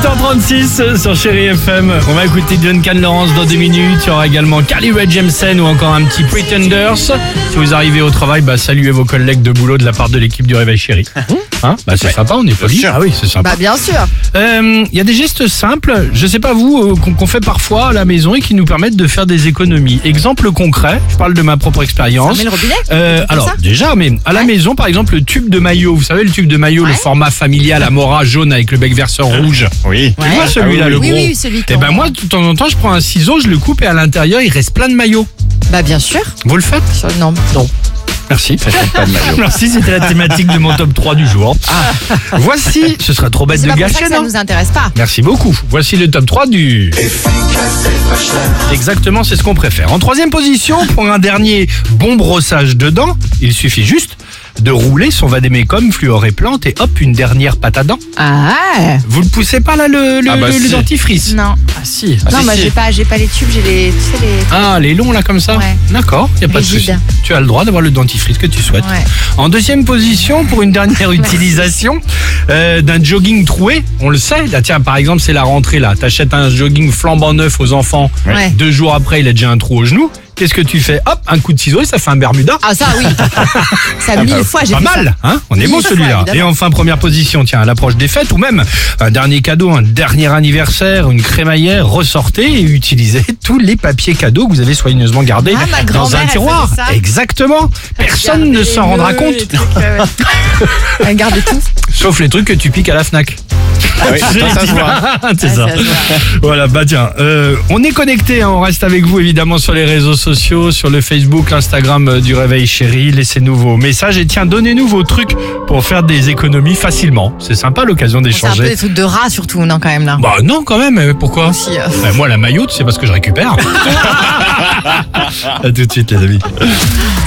8h36 sur Chérie FM. On va écouter Duncan Lawrence dans 2 minutes. Il y aura également Carly Rae Jepsen ou encore un petit Pretenders. Si vous arrivez au travail, saluez vos collègues de boulot de la part de l'équipe du Réveil Chérie. C'est sympa, on est poli. Ah oui, c'est sympa. Bien sûr. Il y a des gestes simples, je sais pas vous, qu'on fait parfois à la maison et qui nous permettent de faire des économies. Exemple concret, je parle de ma propre expérience. Ça met le robinet Alors déjà, mais à la maison, par exemple, le tube de maillot. Vous savez, le tube de maillot, le format familial Amora jaune avec le bec verseur rouge. Oui. Tu vois celui-là, le gros. Oui, celui Et moi, de temps en temps, je prends un ciseau, je le coupe et à l'intérieur, il reste plein de maillots. Bien sûr. Vous le faites? Non. Merci. Pas de maillot. Merci, c'était la thématique de mon top 3 du jour. Voici, ce serait trop bête de C'est pas pour ça gâcher, que ça non? nous intéresse pas. Merci beaucoup. Voici le top 3 du... Exactement, c'est ce qu'on préfère. En 3e position, pour un dernier bon brossage de dents, il suffit juste de rouler son vadémécum fluor et plante et hop, une dernière pâte à dents. Vous ne poussez pas là le dentifrice? Non. Ah si. Non, j'ai pas les tubes, j'ai les... Tu sais, les... Ah, les longs là comme ça? Ouais. D'accord, il n'y a pas de souci. Rigide. Tu as le droit d'avoir le dentifrice que tu souhaites. Ouais. En 2e position, pour une dernière utilisation d'un jogging troué, on le sait. Là, tiens, par exemple, c'est la rentrée là. T'achètes un jogging flambant neuf aux enfants. Ouais. 2 jours après, il a déjà un trou au genou. Qu'est-ce que tu fais? Hop, un coup de ciseau et ça fait un Bermuda. Ah ça oui. Ça 1000 fois j'ai Pas fait mal, hein? On est 1000 bon fois, celui-là. évidemment. Et enfin, première position, tiens, à l'approche des fêtes ou même un dernier cadeau, un dernier anniversaire, une crémaillère, ressortez et utilisez tous les papiers cadeaux que vous avez soigneusement gardés ma dans grand-mère, un elle tiroir. faisait ça. Exactement. Personne ne s'en rendra compte. Elle garde tout. Sauf les trucs que tu piques à la Fnac. Oui, ça se voit. C'est ça. Ça se voit. Voilà, tiens, on est connecté, on reste avec vous évidemment sur les réseaux sociaux, sur le Facebook, l'Instagram du Réveil Chérie. Laissez-nous vos messages et tiens, donnez-nous vos trucs pour faire des économies facilement. C'est sympa l'occasion C'est un peu d'échanger. des trucs de rats surtout, non quand même là. Non quand même, pourquoi? Aussi, Moi la maillot, c'est parce que je récupère. À tout de suite les amis.